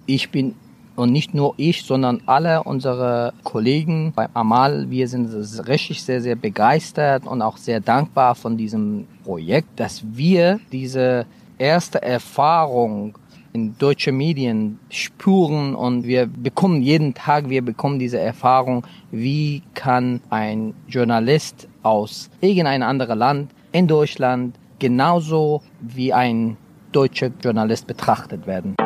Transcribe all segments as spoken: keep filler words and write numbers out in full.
Ich bin, und nicht nur ich, sondern alle unsere Kollegen beim Amal, wir sind richtig sehr, sehr begeistert und auch sehr dankbar von diesem Projekt, dass wir diese erste Erfahrung in deutsche Medien spüren und wir bekommen jeden Tag, wir bekommen diese Erfahrung, wie kann ein Journalist aus irgendeinem anderen Land in Deutschland genauso wie ein deutscher Journalist betrachtet werden.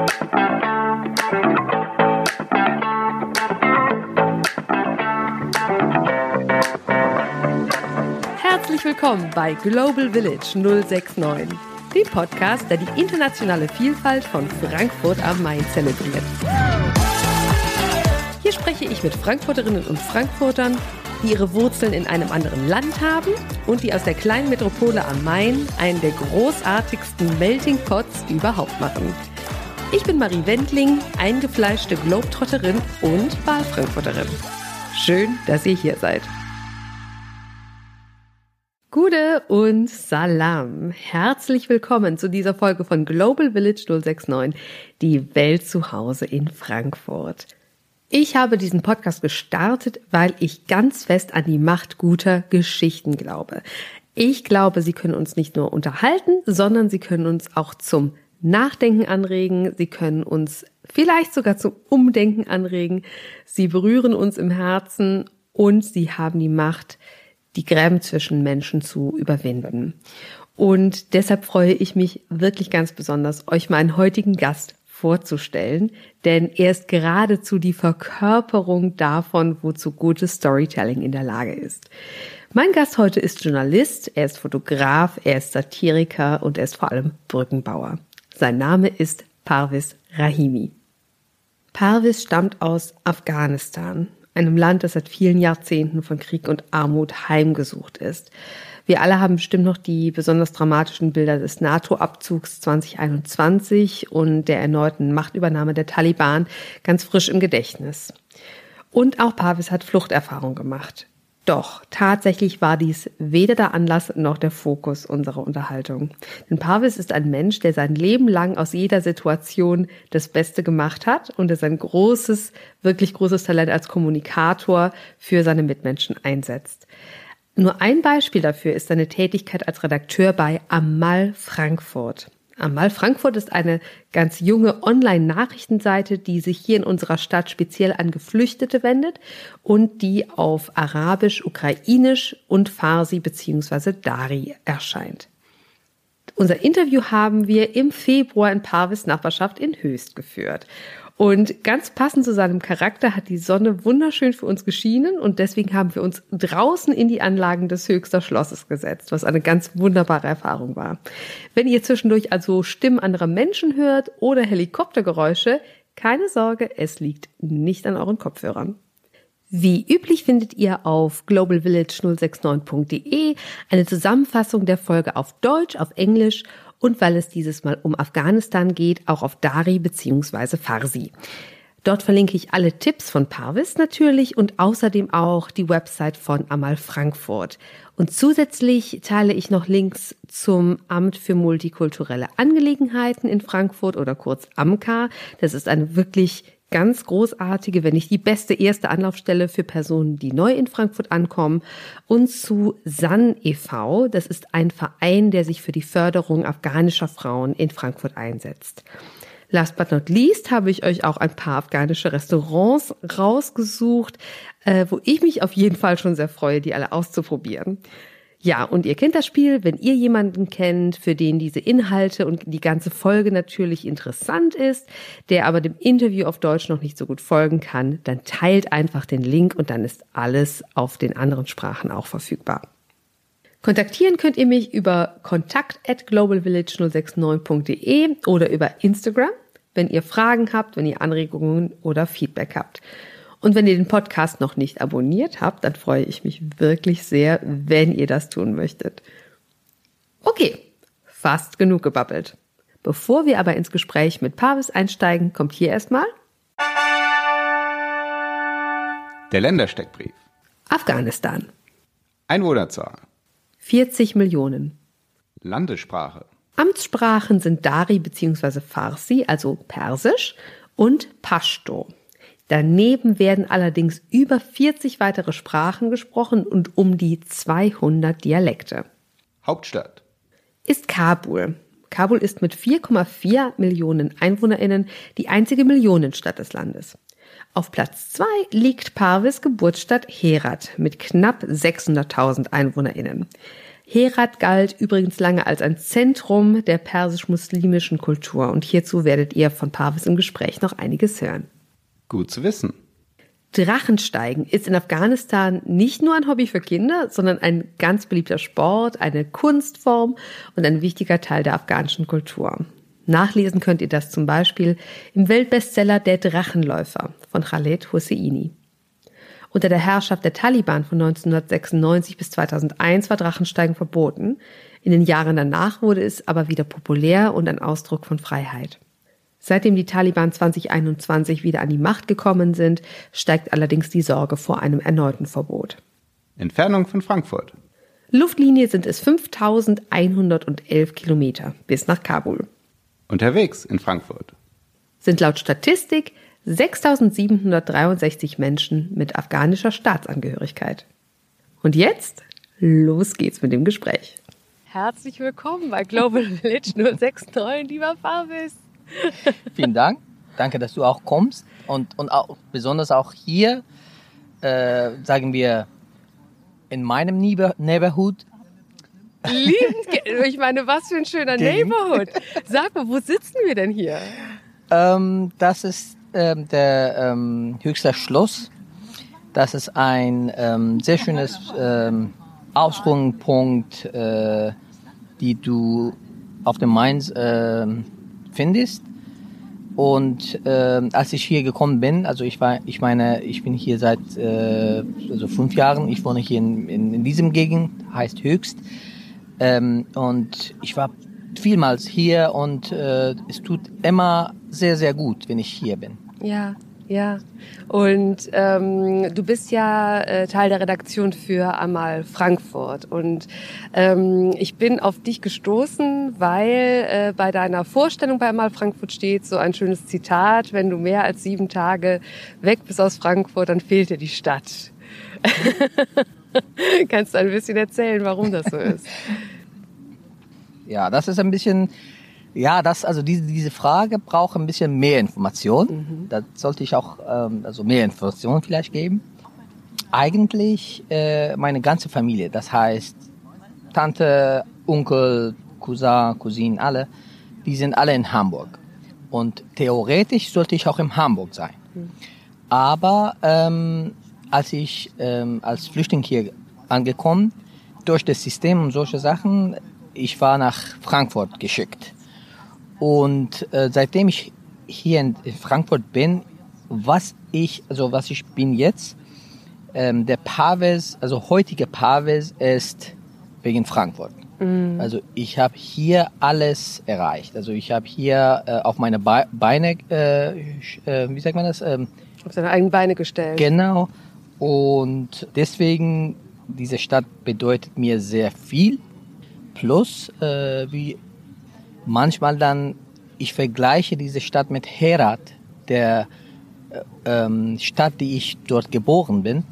Herzlich willkommen bei Global Village null sechs neun, dem Podcast, der die internationale Vielfalt von Frankfurt am Main zelebriert. Hier spreche ich mit Frankfurterinnen und Frankfurtern, die ihre Wurzeln in einem anderen Land haben und die aus der kleinen Metropole am Main einen der großartigsten Melting Pots überhaupt machen. Ich bin Marie Wendling, eingefleischte Globetrotterin und Wahlfrankfurterin. Schön, dass ihr hier seid. Gude und Salam. Herzlich willkommen zu dieser Folge von Global Village null sechs neun, die Welt zu Hause in Frankfurt. Ich habe diesen Podcast gestartet, weil ich ganz fest an die Macht guter Geschichten glaube. Ich glaube, sie können uns nicht nur unterhalten, sondern sie können uns auch zum Nachdenken anregen. Sie können uns vielleicht sogar zum Umdenken anregen. Sie berühren uns im Herzen und sie haben die Macht, die Gräben zwischen Menschen zu überwinden. Und deshalb freue ich mich wirklich ganz besonders, euch meinen heutigen Gast vorzustellen, denn er ist geradezu die Verkörperung davon, wozu gutes Storytelling in der Lage ist. Mein Gast heute ist Journalist, er ist Fotograf, er ist Satiriker und er ist vor allem Brückenbauer. Sein Name ist Parviz Rahimi. Parviz stammt aus Afghanistan, einem Land, das seit vielen Jahrzehnten von Krieg und Armut heimgesucht ist. Wir alle haben bestimmt noch die besonders dramatischen Bilder des NATO-Abzugs zwanzig einundzwanzig und der erneuten Machtübernahme der Taliban ganz frisch im Gedächtnis. Und auch Parviz hat Fluchterfahrung gemacht. Doch tatsächlich war dies weder der Anlass noch der Fokus unserer Unterhaltung. Denn Parviz ist ein Mensch, der sein Leben lang aus jeder Situation das Beste gemacht hat und der sein großes, wirklich großes Talent als Kommunikator für seine Mitmenschen einsetzt. Nur ein Beispiel dafür ist seine Tätigkeit als Redakteur bei Amal Frankfurt. Amal Frankfurt ist eine ganz junge Online-Nachrichtenseite, die sich hier in unserer Stadt speziell an Geflüchtete wendet und die auf Arabisch, Ukrainisch und Farsi bzw. Dari erscheint. Unser Interview haben wir im Februar in Parviz Nachbarschaft in Höchst geführt. Und ganz passend zu seinem Charakter hat die Sonne wunderschön für uns geschienen und deswegen haben wir uns draußen in die Anlagen des Höchster Schlosses gesetzt, was eine ganz wunderbare Erfahrung war. Wenn ihr zwischendurch also Stimmen anderer Menschen hört oder Helikoptergeräusche, keine Sorge, es liegt nicht an euren Kopfhörern. Wie üblich findet ihr auf global village null sechs neun punkt de eine Zusammenfassung der Folge auf Deutsch, auf Englisch und weil es dieses Mal um Afghanistan geht, auch auf Dari bzw. Farsi. Dort verlinke ich alle Tipps von Parviz natürlich und außerdem auch die Website von Amal Frankfurt. Und zusätzlich teile ich noch Links zum Amt für multikulturelle Angelegenheiten in Frankfurt oder kurz AMKA. Das ist eine wirklich ganz großartige, wenn nicht die beste erste Anlaufstelle für Personen, die neu in Frankfurt ankommen. Und zu S A N e V, das ist ein Verein, der sich für die Förderung afghanischer Frauen in Frankfurt einsetzt. Last but not least habe ich euch auch ein paar afghanische Restaurants rausgesucht, äh, wo ich mich auf jeden Fall schon sehr freue, die alle auszuprobieren. Ja, und ihr kennt das Spiel, wenn ihr jemanden kennt, für den diese Inhalte und die ganze Folge natürlich interessant ist, der aber dem Interview auf Deutsch noch nicht so gut folgen kann, dann teilt einfach den Link und dann ist alles auf den anderen Sprachen auch verfügbar. Kontaktieren könnt ihr mich über kontakt at global village null sechs neun punkt de oder über Instagram, wenn ihr Fragen habt, wenn ihr Anregungen oder Feedback habt. Und wenn ihr den Podcast noch nicht abonniert habt, dann freue ich mich wirklich sehr, wenn ihr das tun möchtet. Okay, fast genug gebabbelt. Bevor wir aber ins Gespräch mit Parviz einsteigen, kommt hier erstmal der Ländersteckbrief. Afghanistan. Einwohnerzahl. vierzig Millionen. Landessprache. Amtssprachen sind Dari bzw. Farsi, also Persisch, und Pashto. Daneben werden allerdings über vierzig weitere Sprachen gesprochen und um die zweihundert Dialekte. Hauptstadt ist Kabul. Kabul ist mit vier Komma vier Millionen EinwohnerInnen die einzige Millionenstadt des Landes. Auf Platz zwei liegt Parvez Geburtsstadt Herat mit knapp sechshunderttausend EinwohnerInnen. Herat galt übrigens lange als ein Zentrum der persisch-muslimischen Kultur und hierzu werdet ihr von Parvez im Gespräch noch einiges hören. Gut zu wissen. Drachensteigen ist in Afghanistan nicht nur ein Hobby für Kinder, sondern ein ganz beliebter Sport, eine Kunstform und ein wichtiger Teil der afghanischen Kultur. Nachlesen könnt ihr das zum Beispiel im Weltbestseller Der Drachenläufer von Khaled Hosseini. Unter der Herrschaft der Taliban von neunzehnhundertsechsundneunzig bis zweitausendeins war Drachensteigen verboten. In den Jahren danach wurde es aber wieder populär und ein Ausdruck von Freiheit. Seitdem die Taliban zwanzig einundzwanzig wieder an die Macht gekommen sind, steigt allerdings die Sorge vor einem erneuten Verbot. Entfernung von Frankfurt. Luftlinie sind es fünftausendeinhundertelf Kilometer bis nach Kabul. Unterwegs in Frankfurt sind laut Statistik sechstausendsiebenhundertdreiundsechzig Menschen mit afghanischer Staatsangehörigkeit. Und jetzt, los geht's mit dem Gespräch. Herzlich willkommen bei Global Village null sechs neun, lieber Parvez. Vielen Dank. Danke, dass du auch kommst. Und, und auch, besonders auch hier, äh, sagen wir, in meinem Neighborhood. Liebend, ich meine, was für ein schöner Neighborhood. Sag mal, wo sitzen wir denn hier? Ähm, das ist ähm, der ähm, Höchster Schloss. Das ist ein ähm, sehr schönes ähm, Ausgangspunkt, äh, die du auf dem Mainz äh, findest. Und äh, als ich hier gekommen bin, also ich war, ich meine, ich bin hier seit äh, also fünf Jahren. Ich wohne hier in, in, in diesem Gegend, heißt Höchst. Ähm, und ich war vielmals hier und äh, es tut immer sehr, sehr gut, wenn ich hier bin. Ja, ja. Und ähm, du bist ja äh, Teil der Redaktion für Amal Frankfurt. Und ähm, ich bin auf dich gestoßen, weil äh, bei deiner Vorstellung bei Amal Frankfurt steht so ein schönes Zitat: Wenn du mehr als sieben Tage weg bist aus Frankfurt, dann fehlt dir die Stadt. Kannst du ein bisschen erzählen, warum das so ist? Ja, das ist ein bisschen, ja, das, also diese, diese Frage braucht ein bisschen mehr Information. Mhm. Da sollte ich auch, ähm, also mehr Information vielleicht geben. Eigentlich äh, meine ganze Familie, das heißt Tante, Onkel, Cousin, Cousine, alle, die sind alle in Hamburg. Und theoretisch sollte ich auch in Hamburg sein. Mhm. Aber ähm, als ich ähm, als Flüchtling hier angekommen, durch das System und solche Sachen, ich war nach Frankfurt geschickt. Und äh, seitdem ich hier in Frankfurt bin, was ich, also was ich bin jetzt, ähm, der Parvez, also heutige Parvez ist wegen Frankfurt. Mhm. Also ich habe hier alles erreicht. Also ich habe hier äh, auf meine Be- Beine, äh, äh, wie sagt man das? Ähm, auf seine eigenen Beine gestellt. Genau. Und deswegen, diese Stadt bedeutet mir sehr viel. Plus, äh, wie manchmal dann, ich vergleiche diese Stadt mit Herat, der äh, ähm, Stadt, die ich dort geboren bin.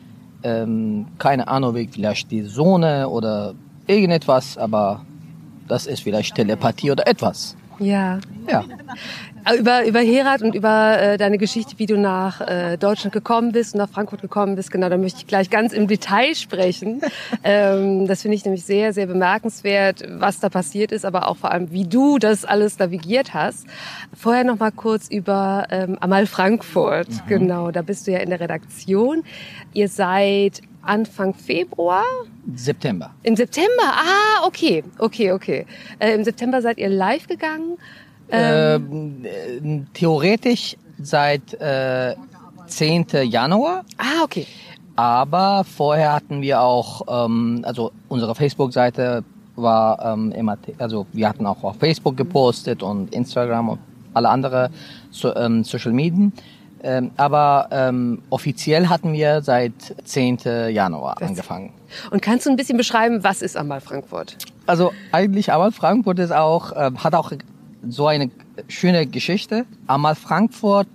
Ähm, keine Ahnung, vielleicht die Sonne oder irgendetwas, aber das ist vielleicht Telepathie oder etwas. Ja. Ja. Über, über Herat und über äh, deine Geschichte, wie du nach äh, Deutschland gekommen bist und nach Frankfurt gekommen bist, genau, da möchte ich gleich ganz im Detail sprechen. ähm, das finde ich nämlich sehr, sehr bemerkenswert, was da passiert ist, aber auch vor allem, wie du das alles navigiert hast. Vorher noch mal kurz über ähm, Amal Frankfurt. Mhm. Genau, da bist du ja in der Redaktion. Ihr seid Anfang Februar? September. Im September? Ah, okay, okay, okay. Äh, Im September seid ihr live gegangen? Ähm, äh, theoretisch seit äh, zehnten Januar. Ah, okay. Aber vorher hatten wir auch, ähm, also unsere Facebook-Seite war ähm, immer, also wir hatten auch auf Facebook gepostet und Instagram und alle andere so, ähm, Social Medien. Ähm, aber ähm, offiziell hatten wir seit zehnten Januar das angefangen. Und kannst du ein bisschen beschreiben, was ist Amal Frankfurt? Also eigentlich Amal Frankfurt ist auch, äh, hat auch so eine schöne Geschichte. Amal Frankfurt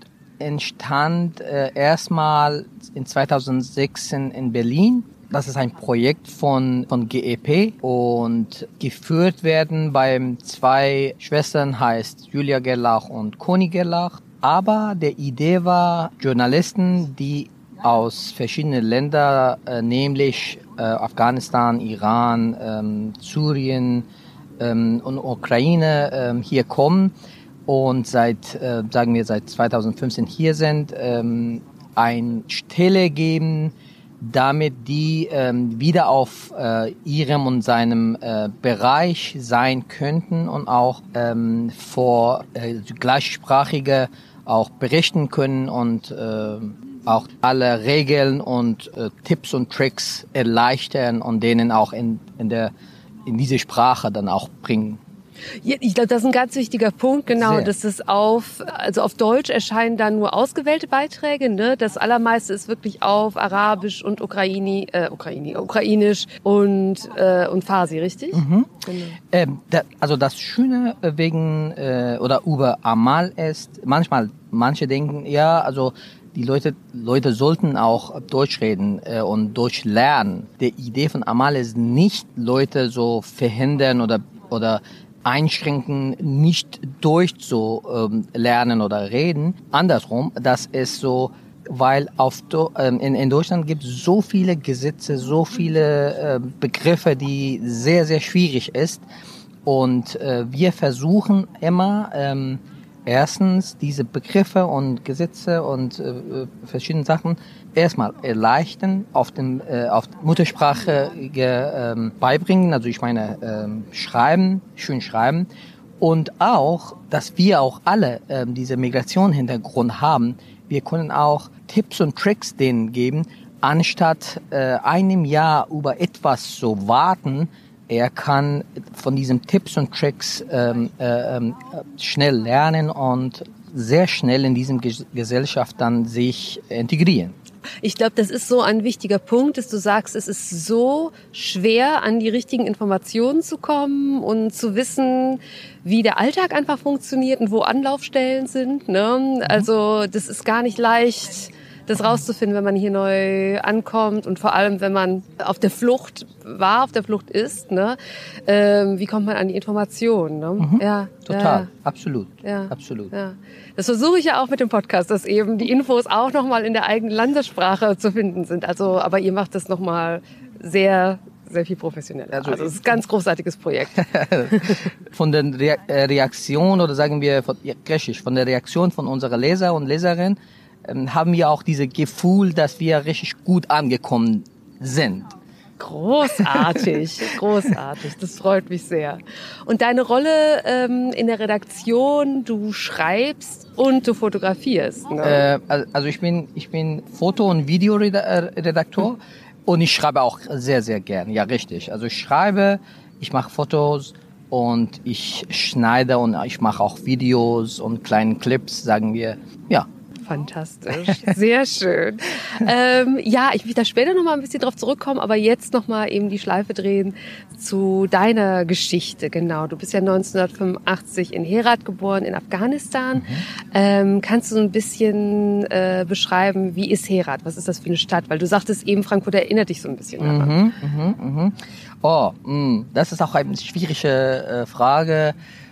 entstand äh, erstmal in zweitausendsechzehn in Berlin. Das ist ein Projekt von, von G E P und geführt werden beim zwei Schwestern, heißt Julia Gerlach und Conny Gerlach. Aber der Idee war, Journalisten, die aus verschiedenen Ländern, äh, nämlich äh, Afghanistan, Iran, ähm, Syrien ähm, und Ukraine ähm, hier kommen und seit, äh, sagen wir, seit zweitausendfünfzehn hier sind, ähm, eine Stelle geben, damit die ähm, wieder auf äh, ihrem und seinem äh, Bereich sein könnten und auch ähm, vor äh, gleichsprachige auch berichten können und äh, auch alle Regeln und äh, Tipps und Tricks erleichtern und denen auch in, in der in diese Sprache dann auch bringen. Ja, ich glaube, das ist ein ganz wichtiger Punkt, genau, Sehr. dass es auf, also auf Deutsch erscheinen dann nur ausgewählte Beiträge, ne? Das allermeiste ist wirklich auf Arabisch und Ukraini, äh, Ukraini, Ukrainisch und, äh, und Farsi, richtig? Mhm. Genau. Ähm, da, also das Schöne wegen, äh, oder über Amal ist, manchmal, manche denken, ja, also, die Leute, Leute sollten auch Deutsch reden äh, und Deutsch lernen. Die Idee von Amal ist nicht, Leute so verhindern oder, oder einschränken, nicht Deutsch zu ähm, lernen oder reden. Andersrum, das ist so, weil auf ähm, in, in Deutschland gibt es so viele Gesetze, so viele äh, Begriffe, die sehr, sehr schwierig ist. Und äh, wir versuchen immer, ähm, erstens diese Begriffe und Gesetze und äh, verschiedene Sachen erstmal erleichtern, auf dem äh, auf Muttersprache äh, beibringen, also ich meine äh, schreiben, schön schreiben und auch, dass wir auch alle äh, diese Migration-Hintergrund haben. Wir können auch Tipps und Tricks denen geben, anstatt äh, einem Jahr über etwas zu warten. Er kann von diesen Tipps und Tricks ähm, äh, schnell lernen und sehr schnell in diesem Ge- Gesellschaft dann sich integrieren. Ich glaube, das ist so ein wichtiger Punkt, dass du sagst, es ist so schwer, an die richtigen Informationen zu kommen und zu wissen, wie der Alltag einfach funktioniert und wo Anlaufstellen sind. Ne? Also das ist gar nicht leicht, das rauszufinden, wenn man hier neu ankommt und vor allem, wenn man auf der Flucht war, auf der Flucht ist. Ne? Ähm, wie kommt man an die Informationen? Ne? Mhm. Ja, Total, ja, absolut, ja, absolut. Ja. Das versuche ich ja auch mit dem Podcast, dass eben die Infos auch nochmal in der eigenen Landessprache zu finden sind. Also, aber ihr macht das nochmal sehr, sehr viel professioneller. Also, also es ist ein ganz großartiges Projekt. Von der Re- Reaktion oder sagen wir von, ja, griechisch, von der Reaktion von unserer Leser und Leserin ähm, haben wir auch dieses Gefühl, dass wir richtig gut angekommen sind. Großartig, großartig. Das freut mich sehr. Und deine Rolle ähm, in der Redaktion, du schreibst und du fotografierst. Ne? Äh, also ich bin ich bin Foto- und Videoredaktor mhm. und ich schreibe auch sehr sehr gern. Ja, richtig. Also ich schreibe, ich mache Fotos und ich schneide und ich mache auch Videos und kleinen Clips, sagen wir. Ja. Fantastisch, sehr schön. ähm, ja, ich will da später noch mal ein bisschen drauf zurückkommen, aber jetzt noch mal eben die Schleife drehen zu deiner Geschichte. Genau, du bist ja neunzehnhundertfünfundachtzig in Herat geboren, in Afghanistan. Mhm. Ähm, kannst du ein bisschen äh, beschreiben, wie ist Herat? Was ist das für eine Stadt? Weil du sagtest eben, Frankfurt erinnert dich so ein bisschen daran. Mhm, mh, mh. Oh, mh, das ist auch eine schwierige äh, Frage.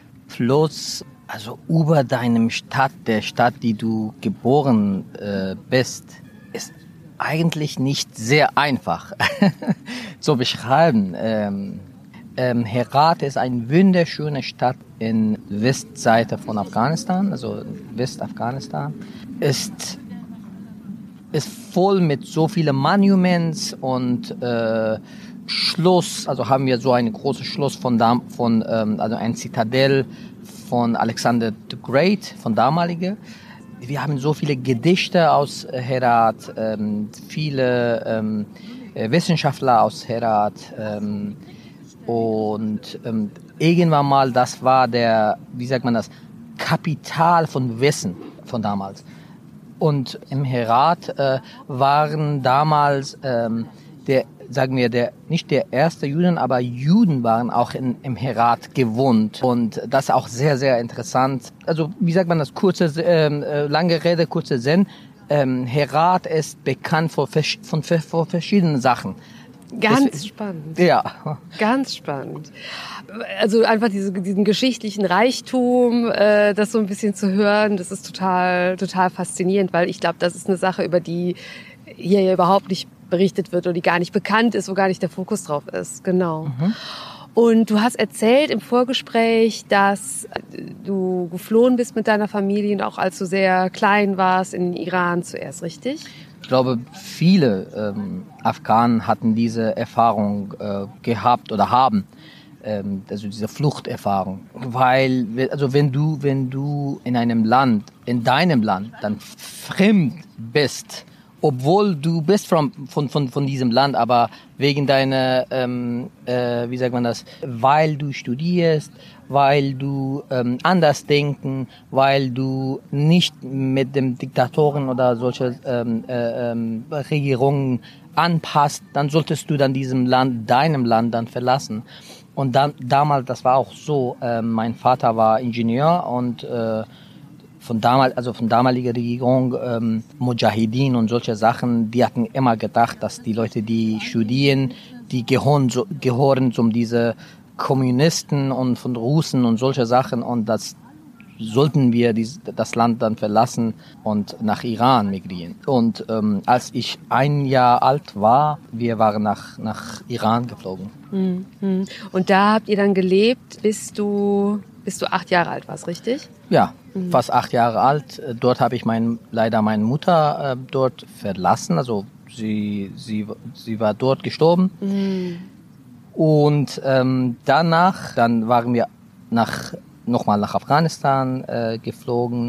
Plus Also über deinem Stadt, der Stadt, die du geboren äh, bist, ist eigentlich nicht sehr einfach zu beschreiben. Ähm, ähm, Herat ist eine wunderschöne Stadt in Westseite von Afghanistan, also Westafghanistan. Ist ist voll mit so vielen Monuments und äh, Schloss. Also haben wir so ein großes Schloss von, dam- von ähm, also ein Zitadell von Alexander the Great, von damaliger. Wir haben so viele Gedichte aus Herat, ähm, viele ähm, Wissenschaftler aus Herat ähm, und ähm, irgendwann mal, das war der, wie sagt man das, Kapital von Wissen von damals. Und im Herat äh, waren damals ähm, der sagen wir, der nicht der erste Juden, aber Juden waren auch in, im Herat gewohnt. Und das ist auch sehr, sehr interessant. Also, wie sagt man das? Kurze, äh, lange Rede, kurze Sinn. Ähm, Herat ist bekannt von, von, von verschiedenen Sachen. Ganz das, spannend. Ja. Ganz spannend. Also einfach diese, diesen geschichtlichen Reichtum, äh, das so ein bisschen zu hören, das ist total, total faszinierend, weil ich glaube, das ist eine Sache, über die hier ja überhaupt nicht berichtet wird oder die gar nicht bekannt ist, wo gar nicht der Fokus drauf ist. Genau. Mhm. Und du hast erzählt im Vorgespräch, dass du geflohen bist mit deiner Familie und auch als du sehr klein warst in den Iran zuerst, richtig? Ich glaube, viele ähm, Afghanen hatten diese Erfahrung äh, gehabt oder haben, ähm, also diese Fluchterfahrung. Weil, also wenn du, wenn du in einem Land, in deinem Land, dann fremd bist, obwohl du bist von, von, von, von diesem Land, aber wegen deiner, ähm, äh, wie sagt man das, weil du studierst, weil du ähm, anders denken, weil du nicht mit dem Diktatoren oder solche ähm, äh, ähm, Regierungen anpasst, dann solltest du dann diesem Land, deinem Land dann verlassen. Und dann damals, das war auch so, äh, mein Vater war Ingenieur und äh, von damals, also von damaliger Regierung, ähm, Mujahideen und solche Sachen, die hatten immer gedacht, dass die Leute, die studieren, die gehören, so, gehören zum diese Kommunisten und von Russen und solche Sachen und das sollten wir dies, das Land dann verlassen und nach Iran migrieren. Und ähm, als ich ein Jahr alt war, wir waren nach, nach Iran geflogen. Mhm. Und da habt ihr dann gelebt, bis du, bis du acht Jahre alt warst, richtig? Ja, mhm. fast acht Jahre alt. Dort habe ich mein, leider meine Mutter äh, dort verlassen. Also sie, sie, sie war dort gestorben. Mhm. Und ähm, danach, dann waren wir nach, nochmal nach Afghanistan äh, geflogen.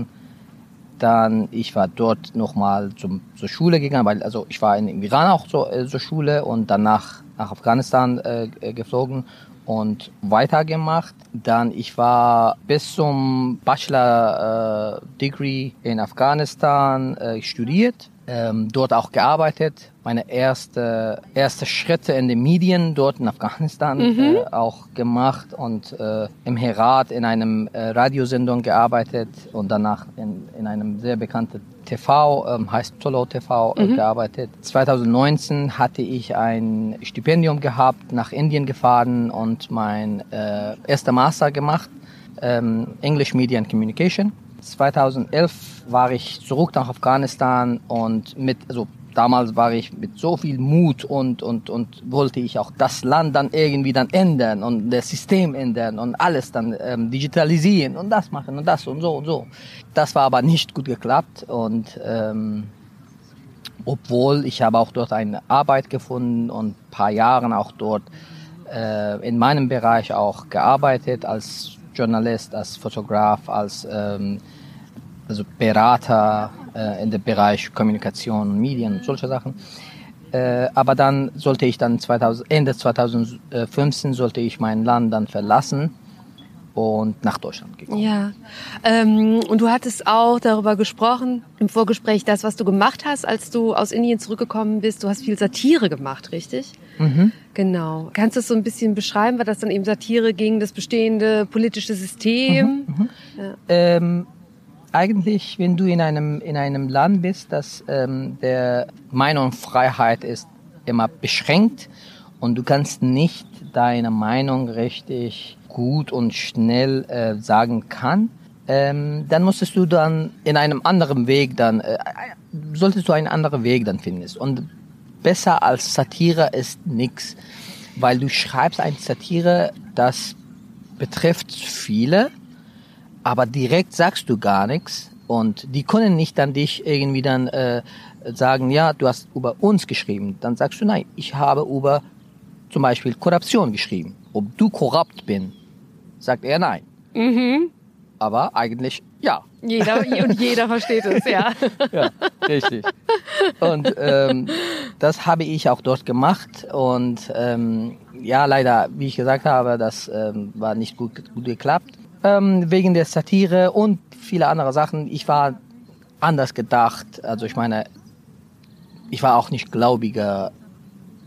Dann, ich war dort nochmal zum, zur Schule gegangen, weil also ich war in, im Iran auch zur, äh, zur Schule und danach nach Afghanistan äh, geflogen und weitergemacht. Dann, ich war bis zum Bachelor äh, Degree in Afghanistan äh, studiert, ähm, dort auch gearbeitet. Meine erste, erste Schritte in den Medien dort in Afghanistan mhm. äh, auch gemacht und äh, im Herat in einem äh, Radiosendung gearbeitet und danach in, in einem sehr bekannten T V, ähm, heißt Tolo T V, äh, mhm. gearbeitet. zwanzig neunzehn hatte ich ein Stipendium gehabt, nach Indien gefahren und mein äh, erster Master gemacht, ähm, English Media and Communication. zwanzig elf war ich zurück nach Afghanistan und mit, also damals war ich mit so viel Mut und, und, und wollte ich auch das Land dann irgendwie dann ändern und das System ändern und alles dann ähm, digitalisieren und das machen und das und so und so. Das war aber nicht gut geklappt und ähm, obwohl ich habe auch dort eine Arbeit gefunden und ein paar Jahre auch dort äh, in meinem Bereich auch gearbeitet als Journalist, als Fotograf, als ähm, also Berater äh, in dem Bereich Kommunikation und Medien und solche Sachen. Äh, aber dann sollte ich dann zweitausend, Ende zwanzig fünfzehn sollte ich mein Land dann verlassen und nach Deutschland gekommen. Ja, ähm, und du hattest auch darüber gesprochen im Vorgespräch, das, was du gemacht hast, als du aus Indien zurückgekommen bist. Du hast viel Satire gemacht, richtig? Mhm. Genau. Kannst du das so ein bisschen beschreiben, weil das dann eben Satire gegen das bestehende politische System? Mhm, mhm. Ja. Ähm, eigentlich, wenn du in einem in einem Land bist, das ähm, der Meinungsfreiheit ist immer beschränkt und du kannst nicht deine Meinung richtig gut und schnell äh, sagen kann, ähm, dann musstest du dann in einem anderen Weg dann äh, solltest du einen anderen Weg dann finden. Und besser als Satire ist nichts, weil du schreibst eine Satire, das betrifft viele, aber direkt sagst du gar nichts und die können nicht dann dich irgendwie dann äh, sagen, ja, du hast über uns geschrieben. Dann sagst du, nein, ich habe über zum Beispiel Korruption geschrieben. Ob du korrupt bin, sagt er nein. Mhm. Aber eigentlich ja. Jeder, und jeder versteht es, ja. Ja, richtig. Und ähm, das habe ich auch dort gemacht und ähm, ja, leider, wie ich gesagt habe, das ähm, war nicht gut, gut geklappt. Ähm, wegen der Satire und viele andere Sachen. Ich war anders gedacht. Also ich meine, ich war auch nicht Gläubiger.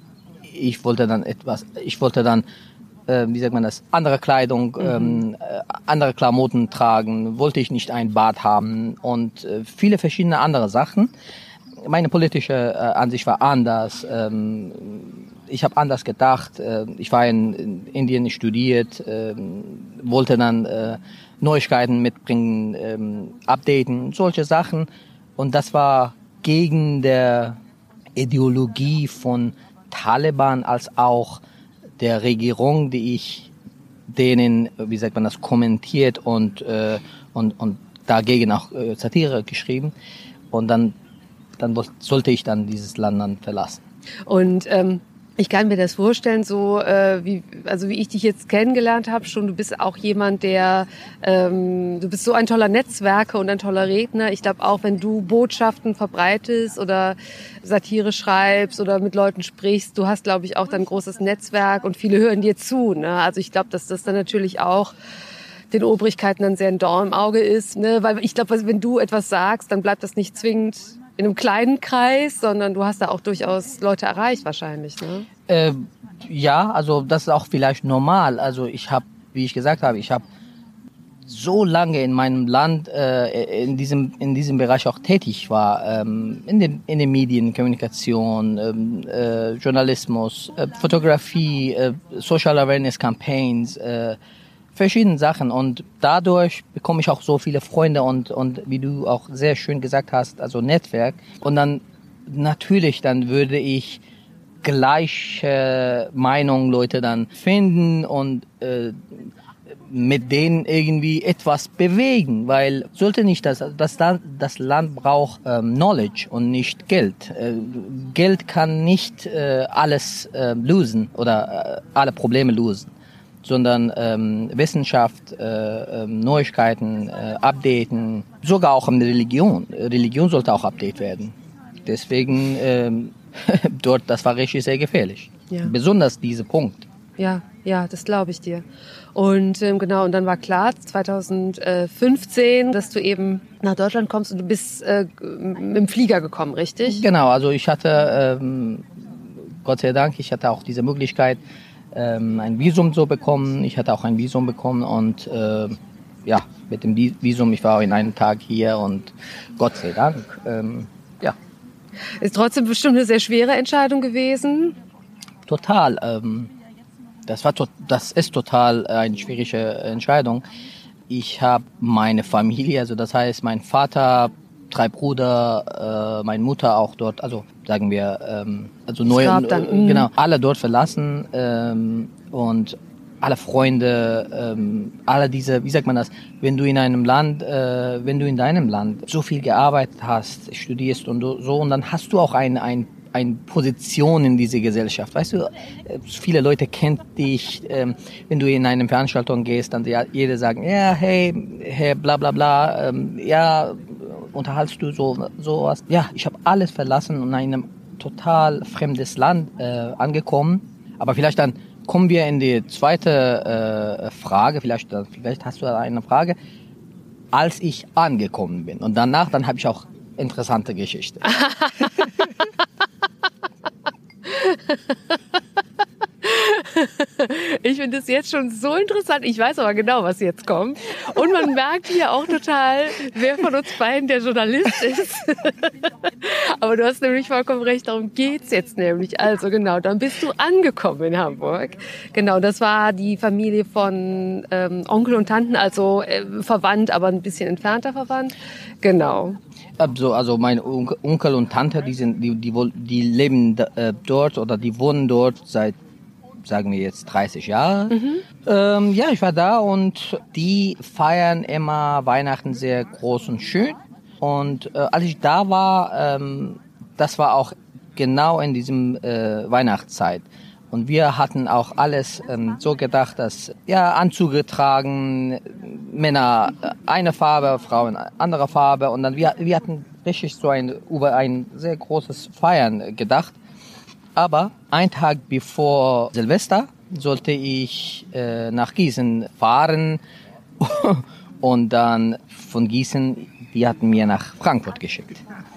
ich wollte dann etwas, ich wollte dann, äh, wie sagt man das, andere Kleidung, mhm. ähm, äh, andere Klamotten tragen, wollte ich nicht ein Bad haben und äh, viele verschiedene andere Sachen. Meine politische äh, Ansicht war anders. Ähm, ich habe anders gedacht. Äh, ich war in, in Indien studiert, äh, wollte dann äh, Neuigkeiten mitbringen, ähm, updaten, solche Sachen. Und das war gegen der Ideologie von Taliban als auch der Regierung, die ich denen, wie sagt man das, kommentiert und äh, und und dagegen auch äh, Satire geschrieben. Und dann dann sollte ich dann dieses Land dann verlassen. Und ähm, ich kann mir das vorstellen, so äh, wie also wie ich dich jetzt kennengelernt habe, schon du bist auch jemand, der ähm, du bist so ein toller Netzwerker und ein toller Redner. Ich glaube auch, wenn du Botschaften verbreitest oder Satire schreibst oder mit Leuten sprichst, du hast, glaube ich, auch dann ein großes Netzwerk und viele hören dir zu. Ne? Also ich glaube, dass das dann natürlich auch den Obrigkeiten dann sehr ein Dorn im Auge ist, ne? Weil ich glaube, wenn du etwas sagst, dann bleibt das nicht zwingend in einem kleinen Kreis, sondern du hast da auch durchaus Leute erreicht wahrscheinlich, ne? Äh, ja, also das ist auch vielleicht normal. Also ich habe, wie ich gesagt habe, ich habe so lange in meinem Land äh, in diesem in diesem Bereich auch tätig war, ähm, in den in den Medien, Kommunikation, ähm, äh, Journalismus, äh, Fotografie, äh, Social Awareness Campaigns, äh, verschiedene Sachen, und dadurch bekomme ich auch so viele Freunde und und wie du auch sehr schön gesagt hast, also Netzwerk. Und dann natürlich, dann würde ich gleiche Meinung Leute dann finden und äh, mit denen irgendwie etwas bewegen, weil sollte nicht das das Land, das Land braucht ähm, Knowledge und nicht Geld. Äh, Geld kann nicht äh, alles äh, lösen oder äh, alle Probleme lösen, sondern ähm, Wissenschaft, äh, äh, Neuigkeiten, äh, updaten, sogar auch in der Religion. Religion sollte auch update werden. Deswegen ähm, dort, das war richtig sehr gefährlich. Ja. Besonders dieser Punkt. Ja, ja, das glaube ich dir. Und ähm, genau, und dann war klar, zwanzig fünfzehn, dass du eben nach Deutschland kommst und du bist äh, mit dem Flieger gekommen, richtig? Genau, also ich hatte, ähm, Gott sei Dank, ich hatte auch diese Möglichkeit, ähm, ein Visum zu bekommen. Ich hatte auch ein Visum bekommen und äh, ja, mit dem Visum, ich war in einem Tag hier und Gott sei Dank, ähm, ja. Ist trotzdem bestimmt eine sehr schwere Entscheidung gewesen? Total, ähm, Das war to- das ist total eine schwierige Entscheidung. Ich habe meine Familie, also das heißt mein Vater, drei Brüder, äh, meine Mutter auch dort, also sagen wir, ähm, also neue, äh, genau, alle dort verlassen ähm, und alle Freunde, ähm, alle diese, wie sagt man das, wenn du in einem Land, äh, wenn du in deinem Land so viel gearbeitet hast, studierst und so, und dann hast du auch ein ein eine Position in dieser Gesellschaft. Weißt du, viele Leute kennen dich, ähm, wenn du in eine Veranstaltung gehst, dann ja, jeder sagen, ja, hey, hey, bla bla bla, ähm, ja, unterhaltst du so sowas. Ja, ich habe alles verlassen und in einem total fremdes Land äh, angekommen. Aber vielleicht dann kommen wir in die zweite äh, Frage, vielleicht, vielleicht hast du eine Frage, als ich angekommen bin. Und danach, dann habe ich auch interessante Geschichte. Ich finde es jetzt schon so interessant. Ich weiß aber genau, was jetzt kommt. Und man merkt hier auch total, wer von uns beiden der Journalist ist. Aber du hast nämlich vollkommen recht, darum geht's jetzt nämlich. Also genau, dann bist du angekommen in Hamburg. Genau, das war die Familie von ähm, Onkel und Tanten, also äh, verwandt, aber ein bisschen entfernter verwandt. Genau. Also, also mein Onkel und Tante, die sind, die, die, die leben äh, dort oder die wohnen dort seit, sagen wir jetzt, dreißig Jahre. Mhm. Ähm, ja, ich war da und die feiern immer Weihnachten sehr groß und schön. Und äh, als ich da war, ähm, das war auch genau in diesem äh, Weihnachtszeit. Und wir hatten auch alles ähm, so gedacht, dass ja Anzüge tragen, Männer eine Farbe, Frauen andere Farbe. Und dann wir wir hatten richtig so ein über ein sehr großes Feiern gedacht. Aber ein Tag bevor Silvester sollte ich äh, nach Gießen fahren und dann von Gießen die hatten mir nach Frankfurt geschickt.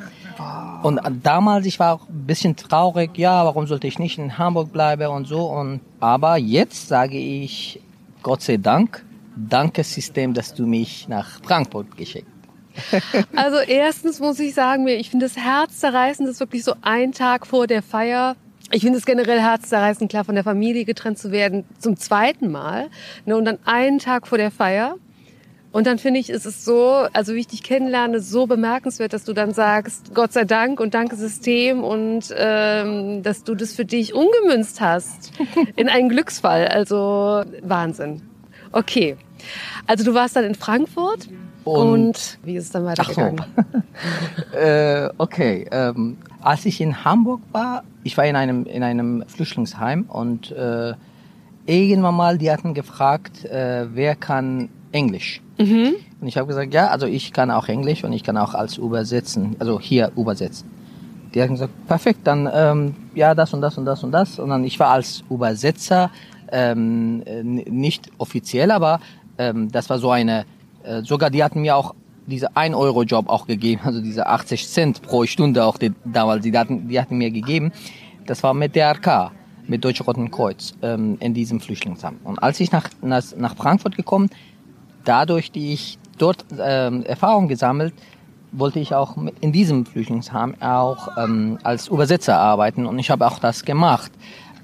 Und damals, ich war auch ein bisschen traurig, ja, warum sollte ich nicht in Hamburg bleiben und so. Und, aber jetzt sage ich, Gott sei Dank, danke System, dass du mich nach Frankfurt geschickt hast. Also erstens muss ich sagen, ich finde das herzzerreißend, das ist wirklich so ein Tag vor der Feier. Ich finde es generell herzzerreißend, klar, von der Familie getrennt zu werden, zum zweiten Mal. Ne, und dann einen Tag vor der Feier. Und dann finde ich, ist es so, also wie ich dich kennenlerne, so bemerkenswert, dass du dann sagst, Gott sei Dank und danke System und ähm, dass du das für dich umgemünzt hast in einen Glücksfall. Also Wahnsinn. Okay, also du warst dann in Frankfurt und, und wie ist es dann weitergegangen? So. äh, okay, ähm, als ich in Hamburg war, ich war in einem in einem Flüchtlingsheim und äh, irgendwann mal, die hatten gefragt, äh, wer kann Englisch? Mhm. Und ich habe gesagt, ja, also ich kann auch Englisch und ich kann auch als übersetzen, also hier übersetzen. Die haben gesagt, perfekt, dann ähm, ja, das und das und das und das. Und dann ich war als Übersetzer, ähm, nicht offiziell, aber ähm, das war so eine, äh, sogar die hatten mir auch diese ein Euro Job auch gegeben, also diese achtzig Cent pro Stunde auch die, damals, die hatten, die hatten mir gegeben. Das war mit D R K, mit Deutsche Roten Kreuz, ähm, in diesem Flüchtlingsheim. Und als ich nach, nach, nach Frankfurt gekommen, dadurch, die ich dort ähm, Erfahrung gesammelt, wollte ich auch in diesem Flüchtlingsheim auch ähm, als Übersetzer arbeiten und ich habe auch das gemacht.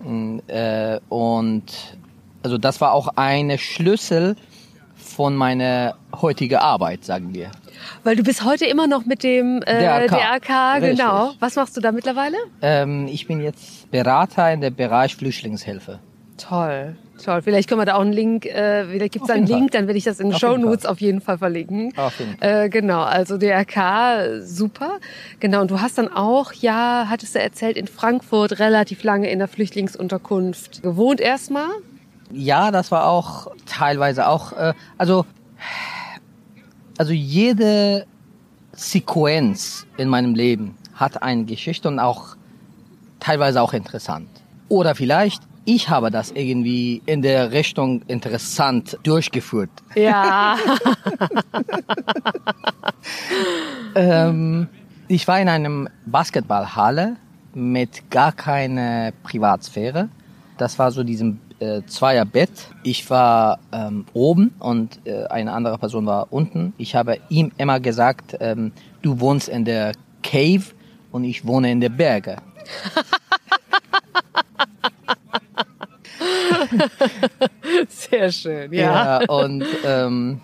Äh, und also das war auch eine Schlüssel von meiner heutigen Arbeit, sagen wir. Weil du bist heute immer noch mit dem äh, D R K, D R K genau. Richtig. Was machst du da mittlerweile? Ähm, ich bin jetzt Berater in der Bereich Flüchtlingshilfe. Toll. Toll, vielleicht können wir da auch einen Link, äh, vielleicht gibt es da einen Link, dann werde ich das in den Shownotes auf jeden Fall verlinken. Auf jeden Fall. Äh, genau, also D R K, super. Genau, und du hast dann auch, ja, hattest du erzählt, in Frankfurt relativ lange in der Flüchtlingsunterkunft gewohnt erstmal? Ja, das war auch teilweise auch, äh, also, also jede Sequenz in meinem Leben hat eine Geschichte und auch teilweise auch interessant. Oder vielleicht ich habe das irgendwie in der Richtung interessant durchgeführt. Ja. ähm, ich war in einem Basketballhalle mit gar keine Privatsphäre. Das war so diesem äh, Zweierbett. Ich war ähm, oben und äh, eine andere Person war unten. Ich habe ihm immer gesagt, ähm, du wohnst in der Cave und ich wohne in der Berge. Sehr schön, ja. Ja, und ähm,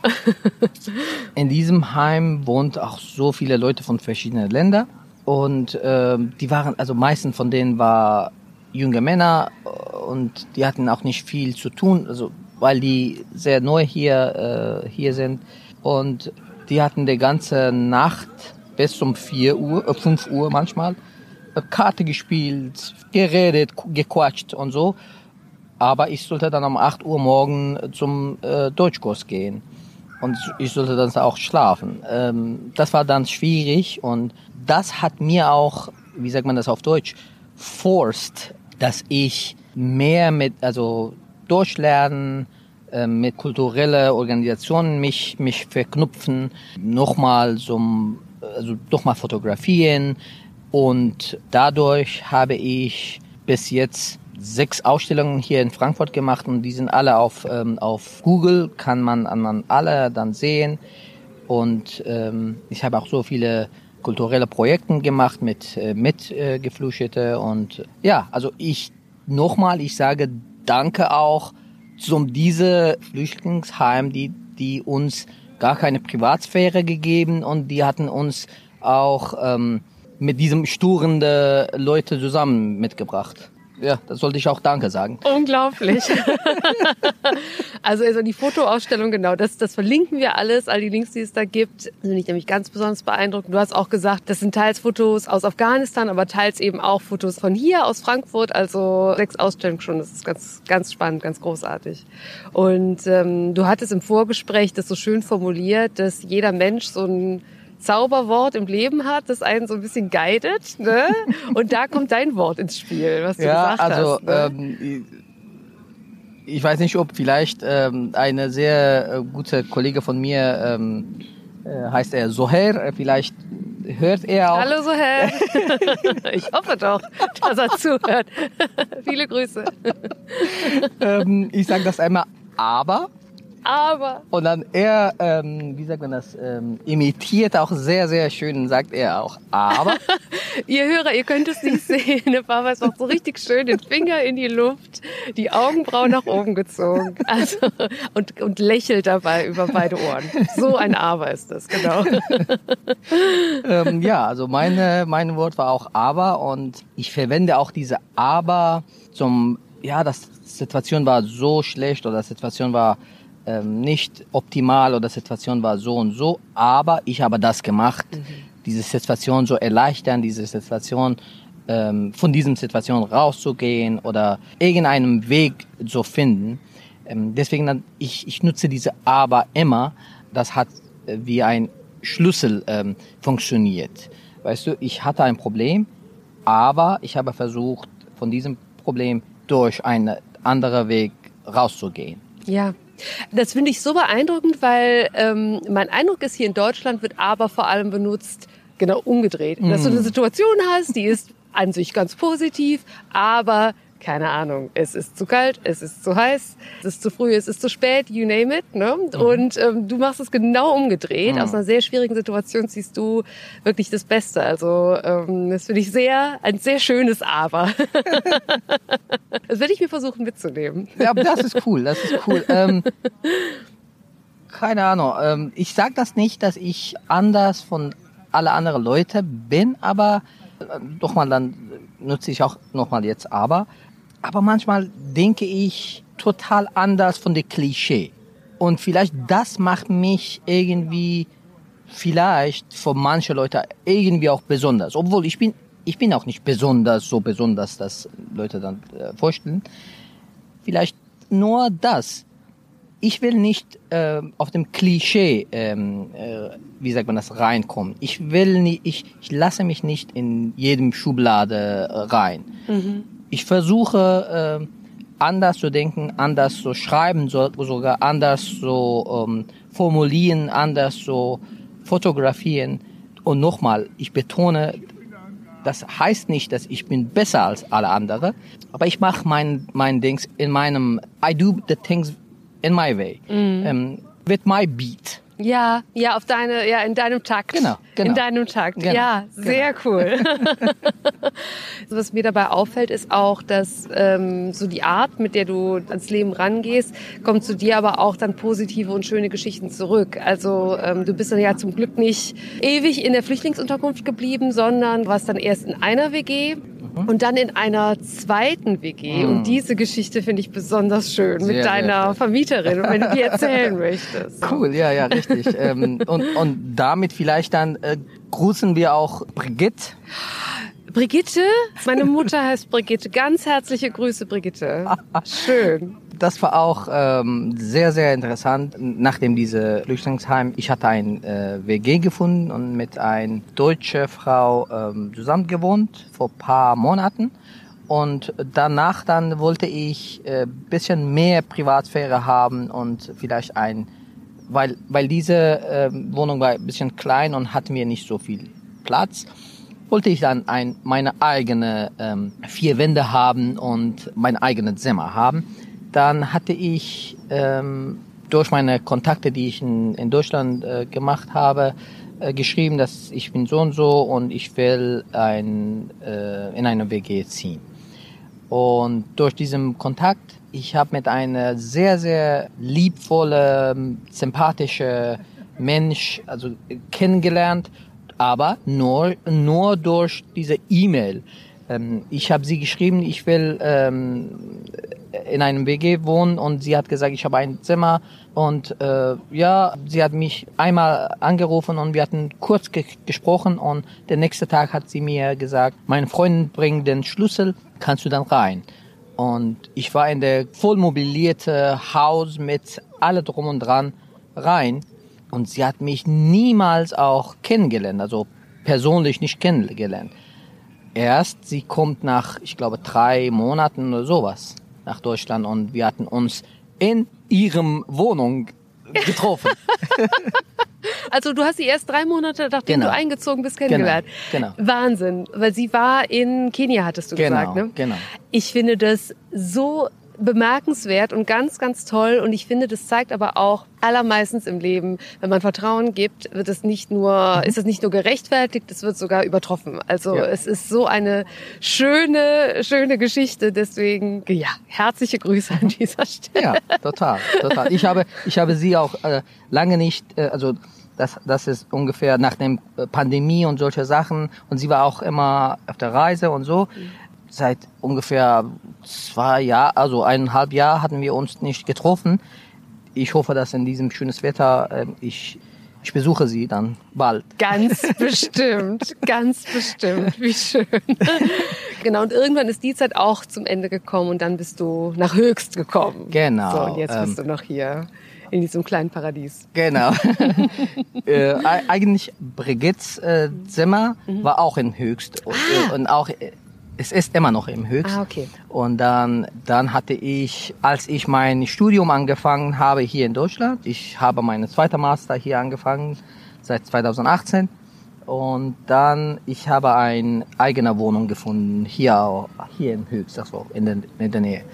in diesem Heim wohnt auch so viele Leute von verschiedenen Ländern und ähm, die waren, also meistens von denen war junge Männer und die hatten auch nicht viel zu tun, also weil die sehr neu hier äh, hier sind und die hatten die ganze Nacht bis um vier Uhr, äh, fünf Uhr manchmal äh, Karte gespielt, geredet, gequatscht und so. Aber ich sollte dann um acht Uhr morgen zum äh, Deutschkurs gehen. Und ich sollte dann auch schlafen. Ähm, das war dann schwierig und das hat mir auch, wie sagt man das auf Deutsch, forced, dass ich mehr mit, also Deutschlernen, äh, mit kulturellen Organisationen mich, mich verknüpfen, nochmal zum, also nochmal fotografieren und dadurch habe ich bis jetzt sechs Ausstellungen hier in Frankfurt gemacht und die sind alle auf ähm, auf Google, kann man an alle dann sehen und ähm, ich habe auch so viele kulturelle Projekte gemacht mit äh, mit äh, Geflüchtete und ja, also ich nochmal, ich sage danke auch zum diese Flüchtlingsheim, die die uns gar keine Privatsphäre gegeben und die hatten uns auch ähm, mit diesem sturende Leute zusammen mitgebracht. Ja, das sollte ich auch Danke sagen. Unglaublich. also, also die Fotoausstellung, genau, das, das verlinken wir alles, all die Links, die es da gibt. Das finde ich nämlich ganz besonders beeindruckend. Du hast auch gesagt, das sind teils Fotos aus Afghanistan, aber teils eben auch Fotos von hier, aus Frankfurt. Also sechs Ausstellungen schon, das ist ganz, ganz spannend, ganz großartig. Und ähm, du hattest im Vorgespräch das so schön formuliert, dass jeder Mensch so ein Zauberwort im Leben hat, das einen so ein bisschen guidet, ne? Und da kommt dein Wort ins Spiel, was du ja, gesagt also, hast. Ne? Ähm, ich weiß nicht, ob vielleicht ähm, eine sehr äh, gute Kollege von mir ähm, äh, heißt er Soher, vielleicht hört er auch. Hallo Soher. Ich hoffe doch, dass er zuhört. Viele Grüße. ähm, ich sage das einmal, aber. Aber. Und dann er, ähm, wie sagt man das, ähm, imitiert auch sehr, sehr schön, sagt er auch, aber. Ihr Hörer, ihr könnt es nicht sehen, der Papa macht so richtig schön den Finger in die Luft, die Augenbrauen nach oben gezogen, also, und, und lächelt dabei über beide Ohren. So ein Aber ist das, genau. ähm, ja, also meine, mein Wort war auch aber und ich verwende auch diese aber zum, ja, das Situation war so schlecht oder die Situation war ähm, nicht optimal oder die Situation war so und so, aber ich habe das gemacht. Mhm. Diese Situation so erleichtern, diese Situation, ähm, von dieser Situation rauszugehen oder irgendeinen Weg zu finden. Ähm, deswegen, ich, ich nutze diese aber immer. Das hat äh, wie ein Schlüssel ähm, funktioniert. Weißt du, ich hatte ein Problem, aber ich habe versucht, von diesem Problem durch einen anderen Weg rauszugehen. Ja. Das finde ich so beeindruckend, weil ähm, mein Eindruck ist, hier in Deutschland wird aber vor allem benutzt, genau umgedreht. Mm. Dass du eine Situation hast, die ist an sich ganz positiv, aber keine Ahnung, es ist zu kalt, es ist zu heiß, es ist zu früh, es ist zu spät, you name it. Ne? Mhm. Und ähm, du machst es genau umgedreht. Mhm. Aus einer sehr schwierigen Situation ziehst du wirklich das Beste. Also ähm, das finde ich sehr, ein sehr schönes Aber. Das werde ich mir versuchen mitzunehmen. Ja, aber das ist cool, das ist cool. Ähm, keine Ahnung, ähm, ich sage das nicht, dass ich anders von alle anderen Leute bin, aber äh, doch mal, dann nutze ich auch nochmal jetzt aber. Aber manchmal denke ich total anders von dem Klischee. Und vielleicht das macht mich irgendwie vielleicht für manche Leute irgendwie auch besonders. Obwohl ich bin, ich bin auch nicht besonders, so besonders, dass Leute dann äh, vorstellen. Vielleicht nur das. Ich will nicht äh, auf dem Klischee, ähm, äh, wie sagt man das, reinkommen. Ich will nicht, ich, ich lasse mich nicht in jedem Schublade äh, rein. Mhm. Ich versuche äh, anders zu denken, anders zu schreiben, so, sogar anders zu ähm, formulieren, anders zu fotografieren. Und nochmal, ich betone, das heißt nicht, dass ich bin besser als alle anderen, aber ich mache mein mein Dings in meinem, I do the things in my way, mm. um, with my beat. Ja, ja, auf deine, ja, in deinem Takt. Genau, genau. In deinem Takt. Genau, ja, sehr genau. cool. Was mir dabei auffällt, ist auch, dass ähm, so die Art, mit der du ans Leben rangehst, kommt zu dir aber auch dann positive und schöne Geschichten zurück. Also ähm, du bist dann ja zum Glück nicht ewig in der Flüchtlingsunterkunft geblieben, sondern warst dann erst in einer W G mhm. und dann in einer zweiten W G. Mhm. Und diese Geschichte finde ich besonders schön sehr, mit deiner Vermieterin, wenn du die erzählen möchtest. Cool, ja, ja, richtig. ähm, und, und damit vielleicht dann äh, grüßen wir auch Brigitte. Brigitte? Meine Mutter heißt Brigitte. Ganz herzliche Grüße, Brigitte. Schön. Das war auch ähm, sehr, sehr interessant. Nachdem diese Flüchtlingsheim, ich hatte ein äh, W G gefunden und mit einer deutschen Frau ähm, zusammen gewohnt vor ein paar Monaten. Und danach dann wollte ich äh, bisschen mehr Privatsphäre haben und vielleicht ein, weil weil diese äh, Wohnung war ein bisschen klein und hatten wir nicht so viel Platz, wollte ich dann ein meine eigene ähm, vier Wände haben und mein eigenes Zimmer haben. Dann hatte ich ähm, durch meine Kontakte, die ich in, in Deutschland äh, gemacht habe, äh, geschrieben, dass ich bin so und so und ich will ein, äh, in eine W G ziehen. Und durch diesen Kontakt, ich habe mit einer sehr, sehr liebvolle, sympathische Mensch also kennengelernt, aber nur nur durch diese E-Mail. Ähm, ich habe sie geschrieben, ich will ähm, in einem W G wohnen und sie hat gesagt, ich habe ein Zimmer und äh, ja, sie hat mich einmal angerufen und wir hatten kurz ge- gesprochen und der nächste Tag hat sie mir gesagt, meine Freundin bringt den Schlüssel, kannst du dann rein? Und ich war in der voll mobilierte Haus mit alle drum und dran rein und sie hat mich niemals auch kennengelernt, also persönlich nicht kennengelernt. Erst, sie kommt nach, ich glaube, drei Monaten oder sowas nach Deutschland und wir hatten uns in ihrem Wohnung getroffen. Also du hast sie erst drei Monate, nachdem Genau. du eingezogen bist, kennengelernt. Genau, Wahnsinn, weil sie war in Kenia, hattest du Genau, gesagt, ne? genau. Ich finde das so bemerkenswert und ganz, ganz toll. Und ich finde, das zeigt aber auch allermeistens im Leben, wenn man Vertrauen gibt, wird es nicht nur, ist es nicht nur gerechtfertigt, es wird sogar übertroffen. Also Ja. es ist so eine schöne, schöne Geschichte. Deswegen, ja, herzliche Grüße an dieser Stelle. Ja, total, total. Ich habe, ich habe sie auch äh, lange nicht, äh, also das, das ist ungefähr nach der Pandemie und solche Sachen. Und sie war auch immer auf der Reise und so. Seit ungefähr zwei Jahren, also eineinhalb Jahr hatten wir uns nicht getroffen. Ich hoffe, dass in diesem schönes Wetter äh, ich ich besuche sie dann bald. Ganz bestimmt, ganz bestimmt. Wie schön. Genau, und irgendwann ist die Zeit auch zum Ende gekommen und dann bist du nach Höchst gekommen. Genau. So, und jetzt bist ähm, du noch hier in diesem kleinen Paradies. Genau. äh, e- eigentlich Brigittes äh, Zimmer Mhm. war auch in Höchst und, äh, und auch äh, es ist immer noch im Höchst. Ah, okay. Und dann, dann hatte ich, als ich mein Studium angefangen habe hier in Deutschland, ich habe meine zweite Master hier angefangen, seit zweitausendachtzehn. Und dann, ich habe eine eigene Wohnung gefunden, hier, hier in Höchst, also in der, in der Nähe.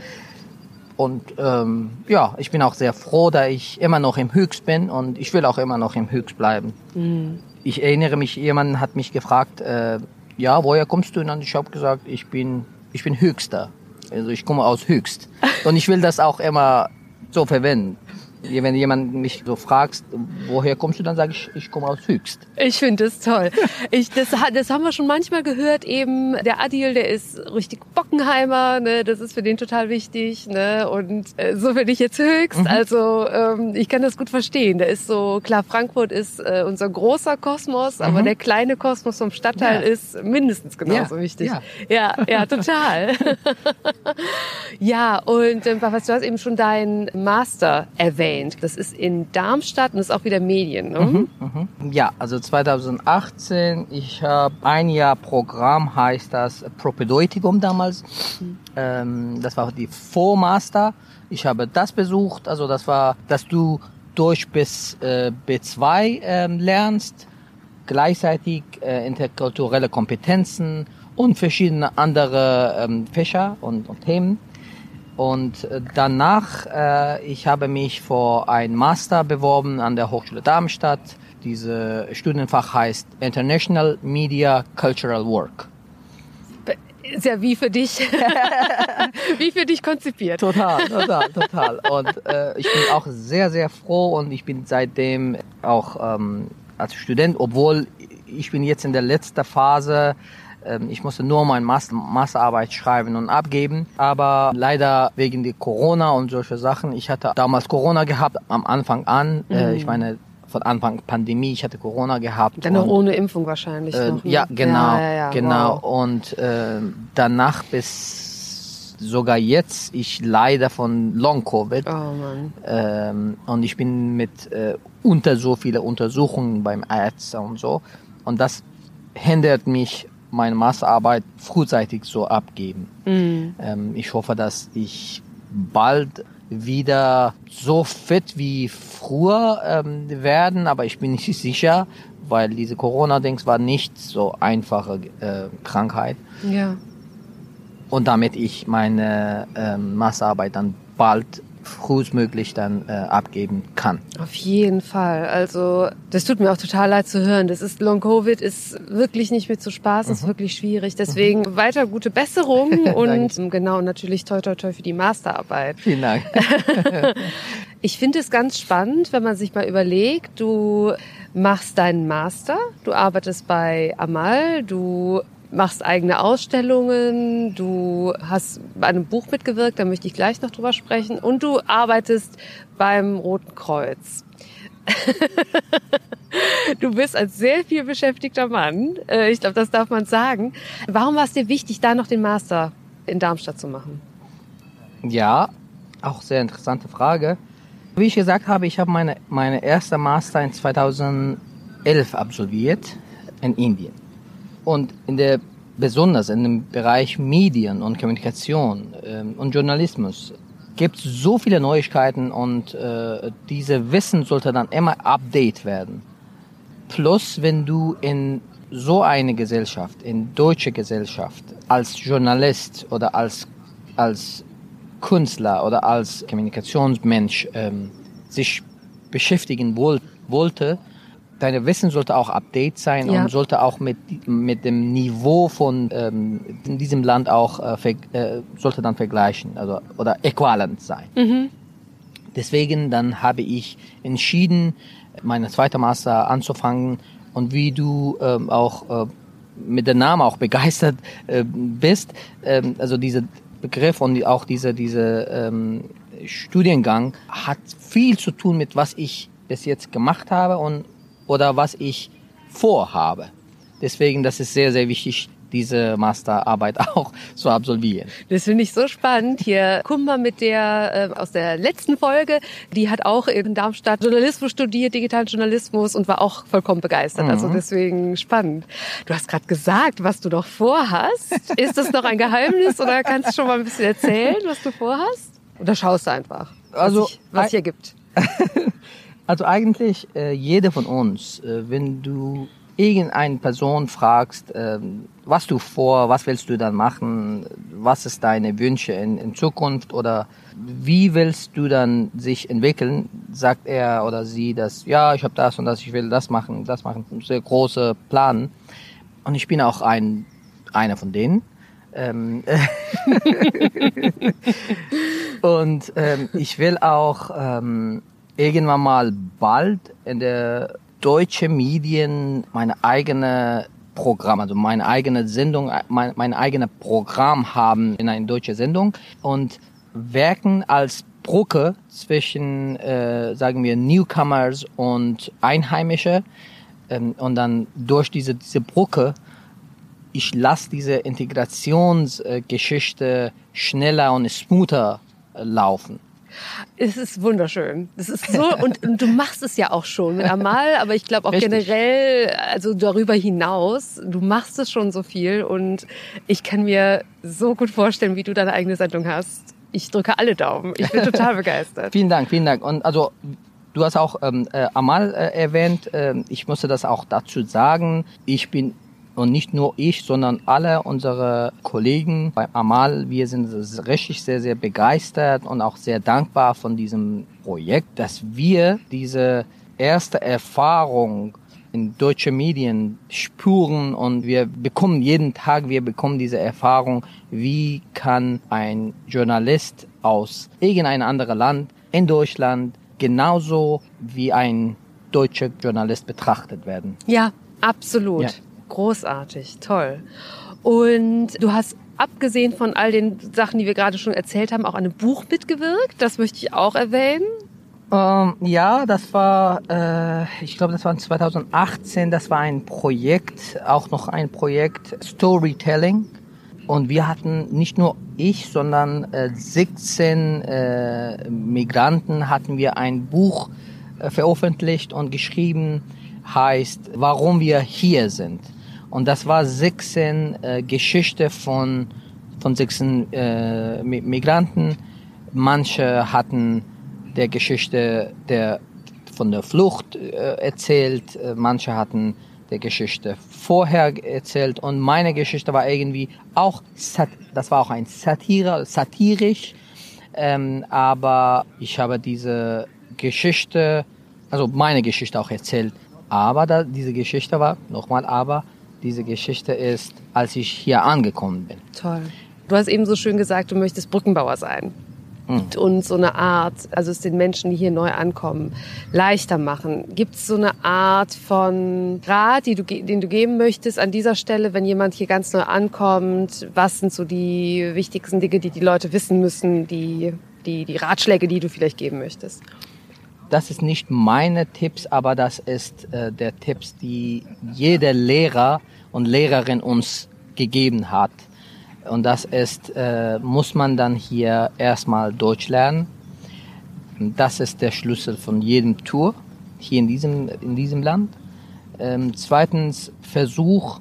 Und ähm, ja, ich bin auch sehr froh, da ich immer noch im Höchst bin und ich will auch immer noch im Höchst bleiben. Mhm. Ich erinnere mich, jemand hat mich gefragt, äh, ja, woher kommst du? Und ich habe gesagt, ich bin, ich bin Höchster. Also ich komme aus Höchst. Und ich will das auch immer so verwenden. Wenn jemand mich so fragt, woher kommst du, dann sage ich, ich komme aus Höchst. Ich finde das toll. Ich, das, ha- das haben wir schon manchmal gehört. Eben der Adil, der ist richtig Bockenheimer, ne? Das ist für den total wichtig, ne? Und äh, so bin ich jetzt Höchst. Also ähm, ich kann das gut verstehen. Der ist so klar. Frankfurt ist äh, unser großer Kosmos, aber der kleine Kosmos vom Stadtteil Ja. ist mindestens genauso Ja, wichtig. ja. ja, ja, total. Ja, und ähm, was du hast eben schon deinen Master erwähnt. Das ist in Darmstadt und ist auch wieder Medien, ne? Ja, also zweitausendachtzehn, ich habe ein Jahr Programm, heißt das Propedeutikum damals. Ähm, das war die Vormaster. Ich habe das besucht, also das war, dass du Deutsch bis äh, B zwei ähm, lernst, gleichzeitig äh, interkulturelle Kompetenzen und verschiedene andere ähm, Fächer und, und Themen. Und äh, danach, äh, ich habe mich für ein Master beworben an der Hochschule Darmstadt. Diese Studienfach heißt International Media Cultural Work. Ist ja wie für dich, wie für dich konzipiert. Total, total, total. Und äh, ich bin auch sehr, sehr froh und ich bin seitdem auch ähm, als Student, obwohl ich bin jetzt in der letzten Phase. Ich musste nur meine Master- Masterarbeit schreiben und abgeben, aber leider wegen der Corona und solche Sachen. Ich hatte damals Corona gehabt, am Anfang an. Mhm. Äh, ich meine, von Anfang Pandemie, ich hatte Corona gehabt. Dann noch und, ohne Impfung wahrscheinlich äh, noch. Ne? Ja, genau, ja, ja, ja. genau. Wow. Und äh, danach bis sogar jetzt, ich leide von Long-Covid. Oh Mann. Ähm, und ich bin mit äh, unter so viele Untersuchungen beim Arzt und so. Und das hindert mich, meine Masterarbeit frühzeitig so abgeben. Mhm. Ähm, ich hoffe, dass ich bald wieder so fit wie früher ähm, werden, aber ich bin nicht sicher, weil diese Corona-Dings war nicht so einfache äh, Krankheit. Ja. Und damit ich meine ähm, Masterarbeit dann bald frühestmöglich dann äh, abgeben kann. Auf jeden Fall. Also das tut mir auch total leid zu hören. Das ist Long Covid ist wirklich nicht mehr zu Spaß, ist wirklich schwierig. Deswegen mhm. weiter gute Besserung und genau natürlich toi toi toi für die Masterarbeit. Vielen Dank. Ich finde es ganz spannend, wenn man sich mal überlegt, du machst deinen Master, du arbeitest bei Amal, du machst eigene Ausstellungen, du hast bei einem Buch mitgewirkt, da möchte ich gleich noch drüber sprechen, und du arbeitest beim Roten Kreuz. Du bist ein sehr viel beschäftigter Mann. Ich glaube, das darf man sagen. Warum war es dir wichtig, da noch den Master in Darmstadt zu machen? Ja, auch sehr interessante Frage. Wie ich gesagt habe, ich habe meine, meine erste Master in zweitausendelf absolviert in Indien. Und in der, besonders in dem Bereich Medien und Kommunikation ähm, und Journalismus gibt es so viele Neuigkeiten und äh, diese Wissen sollte dann immer update werden. Plus, wenn du in so eine Gesellschaft, in deutsche Gesellschaft, als Journalist oder als, als Künstler oder als Kommunikationsmensch ähm, sich beschäftigen woll, wollte, deine Wissen sollte auch update sein Ja. und sollte auch mit, mit dem Niveau von ähm, in diesem Land auch äh, ver, äh, sollte dann vergleichen, also oder äquivalent sein. Mhm. Deswegen dann habe ich entschieden, meine zweite Master anzufangen und wie du ähm, auch äh, mit dem Namen auch begeistert äh, bist, ähm, also dieser Begriff und auch diese diese ähm, Studiengang hat viel zu tun mit was ich bis jetzt gemacht habe und oder was ich vorhabe. Deswegen, das ist sehr, sehr wichtig, diese Masterarbeit auch zu absolvieren. Das finde ich so spannend. Hier Kumba mit der äh, aus der letzten Folge, die hat auch in Darmstadt Journalismus studiert, digitalen Journalismus und war auch vollkommen begeistert. Mhm. Also deswegen spannend. Du hast gerade gesagt, was du noch vorhast. Ist das noch ein Geheimnis oder kannst du schon mal ein bisschen erzählen, was du vorhast? Oder schaust du einfach, was, Also, ich, was hier gibt? Also eigentlich äh, jeder von uns, äh, wenn du irgendeine Person fragst, äh, was du vor, was willst du dann machen, was ist deine Wünsche in, in Zukunft oder wie willst du dann sich entwickeln, sagt er oder sie, dass ja, ich habe das und das, ich will das machen, das machen, sehr große Plan. Und ich bin auch ein einer von denen. Ähm, und ähm, ich will auch ähm, irgendwann mal bald in der deutschen Medien meine eigene Programm, also meine eigene Sendung, mein, mein eigenes Programm haben in einer deutschen Sendung und wirken als Brücke zwischen, äh, sagen wir, Newcomers und Einheimische ähm, und dann durch diese, diese Brücke ich lasse diese Integrationsgeschichte schneller und smoother laufen. Es ist wunderschön. Das ist so, und, und du machst es ja auch schon mit Amal, aber ich glaube auch Richtig. generell, also darüber hinaus, du machst es schon so viel und ich kann mir so gut vorstellen, wie du deine eigene Sendung hast. Ich drücke alle Daumen. Ich bin total begeistert. Vielen Dank, vielen Dank. Und also du hast auch ähm, äh, Amal äh, erwähnt. Ähm, ich musste das auch dazu sagen. Ich bin und nicht nur ich, sondern alle unsere Kollegen bei Amal, wir sind richtig sehr, sehr begeistert und auch sehr dankbar von diesem Projekt, dass wir diese erste Erfahrung in deutschen Medien spüren und wir bekommen jeden Tag, wir bekommen diese Erfahrung, wie kann ein Journalist aus irgendeinem anderen Land in Deutschland genauso wie ein deutscher Journalist betrachtet werden. Ja, absolut. Ja. Großartig, toll. Und du hast abgesehen von all den Sachen, die wir gerade schon erzählt haben, auch an einem Buch mitgewirkt. Das möchte ich auch erwähnen. Ähm, ja, das war, äh, ich glaube, das war zweitausendachtzehn. Das war ein Projekt, auch noch ein Projekt Storytelling. Und wir hatten nicht nur ich, sondern äh, siebzehn äh, Migranten hatten wir ein Buch äh, veröffentlicht und geschrieben, heißt, warum wir hier sind. Und das war sechzehn äh, Geschichte von von sechzehn äh, Migranten. Manche hatten der Geschichte der von der Flucht äh, erzählt, äh, manche hatten der Geschichte vorher erzählt und meine Geschichte war irgendwie auch sat- das war auch ein Satire, satirisch, ähm, aber ich habe diese Geschichte, also meine Geschichte auch erzählt. Aber da, diese Geschichte war, nochmal aber, diese Geschichte ist, als ich hier angekommen bin. Toll. Du hast eben so schön gesagt, du möchtest Brückenbauer sein. Mhm. Und so eine Art, also es den Menschen, die hier neu ankommen, leichter machen. Gibt es so eine Art von Rat, die du, den du geben möchtest an dieser Stelle, wenn jemand hier ganz neu ankommt? Was sind so die wichtigsten Dinge, die die Leute wissen müssen, die, die, die Ratschläge, die du vielleicht geben möchtest? Das ist nicht meine Tipps, aber das ist äh, der Tipps, die jeder Lehrer und Lehrerin uns gegeben hat. Und das ist, äh, muss man dann hier erstmal Deutsch lernen. Das ist der Schlüssel von jedem Tour hier in diesem, in diesem Land. Ähm, zweitens, versuch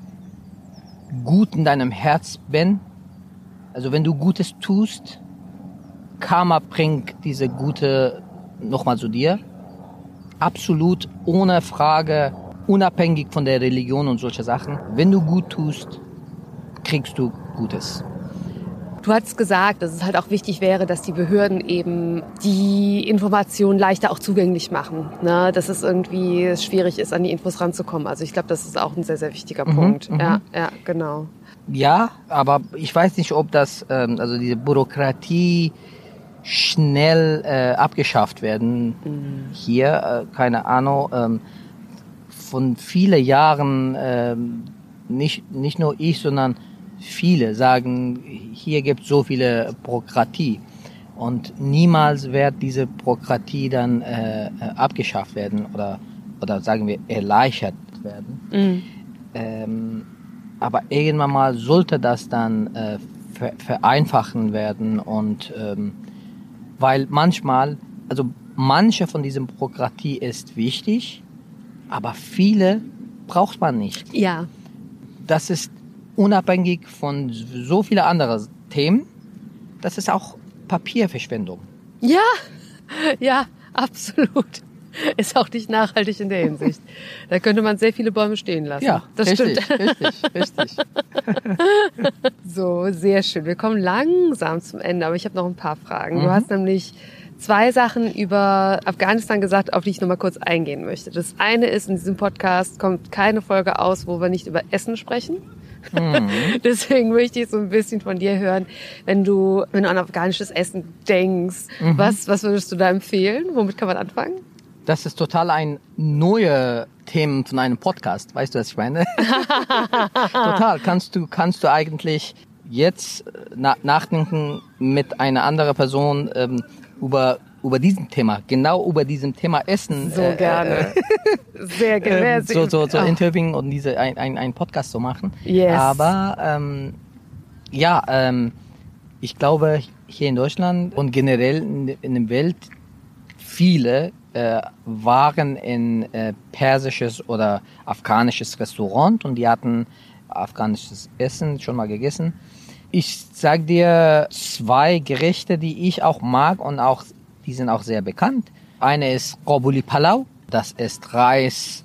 gut in deinem Herz bin. Also wenn du Gutes tust, Karma bringt diese gute nochmal zu dir. Absolut ohne Frage unabhängig von der Religion und solche Sachen. Wenn du gut tust, kriegst du Gutes. Du hast gesagt, dass es halt auch wichtig wäre, dass die Behörden eben die Informationen leichter auch zugänglich machen. Ne? Dass es irgendwie schwierig ist, an die Infos ranzukommen. Also ich glaube, das ist auch ein sehr, sehr wichtiger Mhm, Punkt. mhm. Ja, ja, genau. Ja, aber ich weiß nicht, ob das, ähm, also diese Bürokratie schnell äh, abgeschafft werden. Mhm. Hier, äh, keine Ahnung, ähm, von vielen Jahren, ähm, nicht, nicht nur ich, sondern viele sagen, hier gibt es so viele Bürokratie und niemals wird diese Bürokratie dann äh, abgeschafft werden oder, oder sagen wir erleichtert werden. Mhm. Ähm, aber irgendwann mal sollte das dann äh, ver- vereinfachen werden und ähm, weil manchmal, also manche von diesem Bürokratie ist wichtig, aber viele braucht man nicht. Ja. Das ist unabhängig von so vielen anderen Themen, das ist auch Papierverschwendung. Ja, ja, absolut. Ist auch nicht nachhaltig in der Hinsicht. Da könnte man sehr viele Bäume stehen lassen. Ja, das richtig, stimmt. richtig, richtig. So, sehr schön. Wir kommen langsam zum Ende, aber ich habe noch ein paar Fragen. Mhm. Du hast nämlich zwei Sachen über Afghanistan gesagt, auf die ich noch mal kurz eingehen möchte. Das eine ist, in diesem Podcast kommt keine Folge aus, wo wir nicht über Essen sprechen. Mhm. Deswegen möchte ich so ein bisschen von dir hören, wenn du, wenn du an afghanisches Essen denkst, mhm. was, was würdest du da empfehlen? Womit kann man anfangen? Das ist total ein neues Thema von einem Podcast. Weißt du, was ich meine? Total. Kannst du, kannst du eigentlich jetzt na, nachdenken mit einer anderen Person ähm, über über diesem Thema, genau über diesem Thema Essen. So äh, gerne. Sehr gerne. Äh, so so, so oh. interviewen und diese ein, ein, ein Podcast zu machen. Yes. Aber ähm, ja, ähm, ich glaube hier in Deutschland und generell in, in der Welt viele äh, waren in äh, persisches oder afghanisches Restaurant und die hatten afghanisches Essen schon mal gegessen. Ich sag dir zwei Gerichte, die ich auch mag und auch die sind auch sehr bekannt. Eine ist Qabuli Palau. Das ist Reis,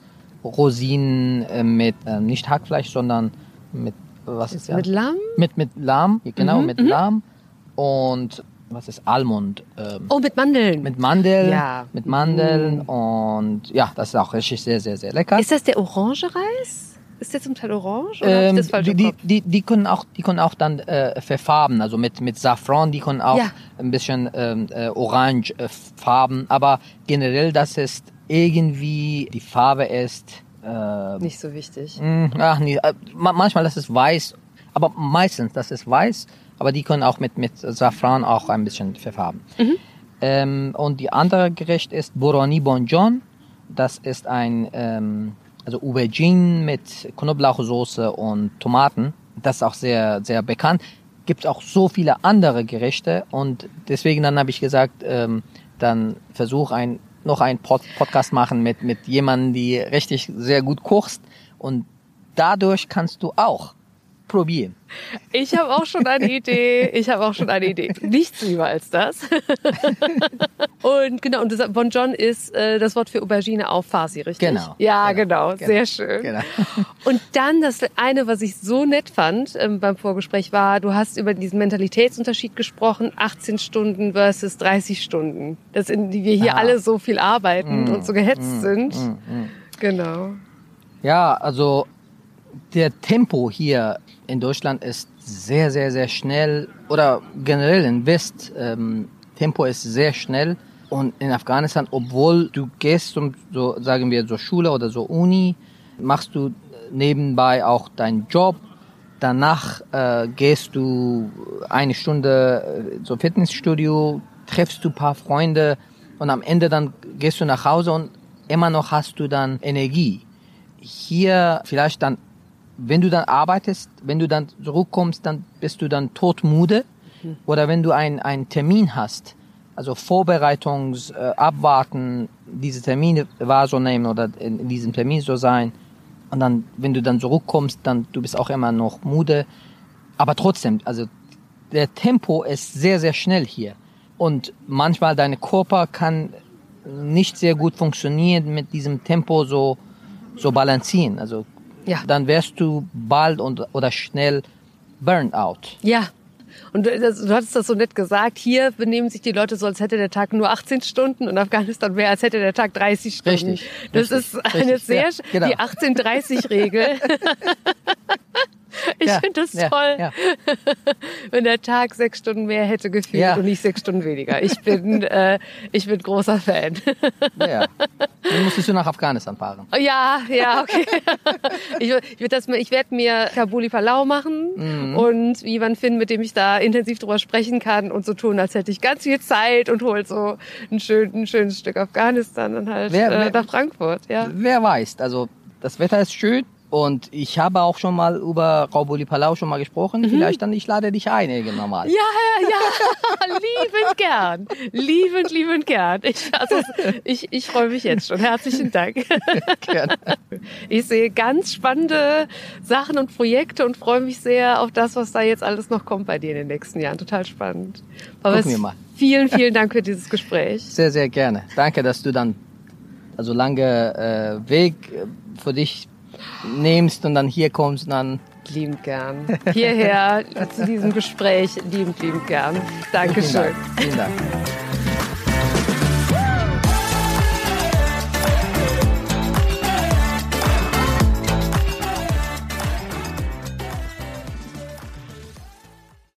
Rosinen mit äh, nicht Hackfleisch, sondern mit was ist, ist ja? Mit Lamm? Mit mit Lamm, genau, mhm, mit mhm. Lamm und was ist Almond? Ähm, oh, mit Mandeln. Mit Mandeln, ja. mit Mandeln mhm. und ja, das ist auch richtig sehr sehr sehr lecker. Ist das der orange Reis? Ist der zum Teil orange oder ähm, hab ich das falsch die, im die, Kopf? die, die können auch, die können auch dann äh, verfarben, also mit mit Safran, die können auch ja. ein bisschen ähm, äh, orange äh, farben, aber generell das ist irgendwie die Farbe ist äh, nicht so wichtig. Mh, ach, nie, äh, manchmal das ist weiß, aber meistens das ist weiß, aber die können auch mit mit Safran auch ein bisschen verfarben. Mhm. Ähm, und die andere Gericht ist Borani Bonjon, das ist ein ähm, also Aubergine mit Knoblauchsoße und Tomaten. Das ist auch sehr, sehr bekannt. Gibt auch so viele andere Gerichte und deswegen dann habe ich gesagt, ähm, dann versuch ein noch einen Pod- Podcast machen mit mit jemandem, die richtig sehr gut kochst und dadurch kannst du auch probieren. Ich habe auch schon eine Idee. Ich habe auch schon eine Idee. Nichts lieber als das. Und genau, und das Bonjon ist äh, das Wort für Aubergine auf Farsi, richtig? Genau. Ja, genau, genau. Sehr schön. Genau. Und dann das eine, was ich so nett fand ähm, beim Vorgespräch war, du hast über diesen Mentalitätsunterschied gesprochen, achtzehn Stunden versus dreißig Stunden. Das in die wir hier ah. alle so viel arbeiten mm, und so gehetzt mm, sind. Mm, mm. Genau. Ja, also der Tempo hier in Deutschland ist sehr, sehr, sehr schnell oder generell in West, ähm, Tempo ist sehr schnell und in Afghanistan, obwohl du gehst zum, so sagen wir, so Schule oder so Uni, machst du nebenbei auch deinen Job, danach äh, gehst du eine Stunde äh, so Fitnessstudio, triffst du ein paar Freunde und am Ende dann gehst du nach Hause und immer noch hast du dann Energie. Hier vielleicht dann wenn du dann arbeitest, wenn du dann zurückkommst, dann bist du dann todmüde. Mhm. Oder wenn du einen einen Termin hast, also Vorbereitungs, äh, abwarten, diese Termine wahrzunehmen oder in, in diesem Termin so sein. Und dann, wenn du dann zurückkommst, dann du bist auch immer noch müde. Aber trotzdem, also der Tempo ist sehr, sehr schnell hier. Und manchmal dein Körper kann nicht sehr gut funktionieren mit diesem Tempo so so balancieren. Also Ja. dann wärst du bald und, oder schnell Burnout. Ja. Und du, das, du hattest das so nett gesagt, hier benehmen sich die Leute so, als hätte der Tag nur achtzehn Stunden und Afghanistan wäre, als hätte der Tag dreißig Stunden. Richtig. Das richtig, ist eine richtig, sehr, ja, genau. die achtzehn dreißig Regel. Ich Ja, finde das ja, toll, ja. wenn der Tag sechs Stunden mehr hätte gefühlt Ja. und nicht sechs Stunden weniger. Ich bin, äh, ich bin großer Fan. Ja. Dann musstest du nach Afghanistan fahren. Ja, ja, okay. Ich, ich, würd das, ich werde mir Kabuli Palau machen Mhm. und jemanden finden, mit dem ich da intensiv drüber sprechen kann und so tun, als hätte ich ganz viel Zeit und hol so ein, schön, ein schönes Stück Afghanistan dann halt Wer- äh, wer- nach Frankfurt. Ja. Wer weiß, also das Wetter ist schön und ich habe auch schon mal über Kabuli Palau schon mal gesprochen. Mhm. Vielleicht dann, ich lade dich ein irgendwann mal. Ja, ja, ja, liebend gern. Liebend, liebend gern. Ich, also, ich, ich freue mich jetzt schon. Herzlichen Dank. Gerne. Ich sehe ganz spannende Sachen und Projekte und freue mich sehr auf das, was da jetzt alles noch kommt bei dir in den nächsten Jahren. Total spannend. Aber Gucken wir mal. Vielen, vielen Dank für dieses Gespräch. Sehr, sehr gerne. Danke, dass du dann also lange äh, Weg äh, für dich nimmst und dann hier kommst und dann Liebend gern. Hierher zu diesem Gespräch. Liebend, liebend gern. vielen Dankeschön. Dank. Vielen Dank.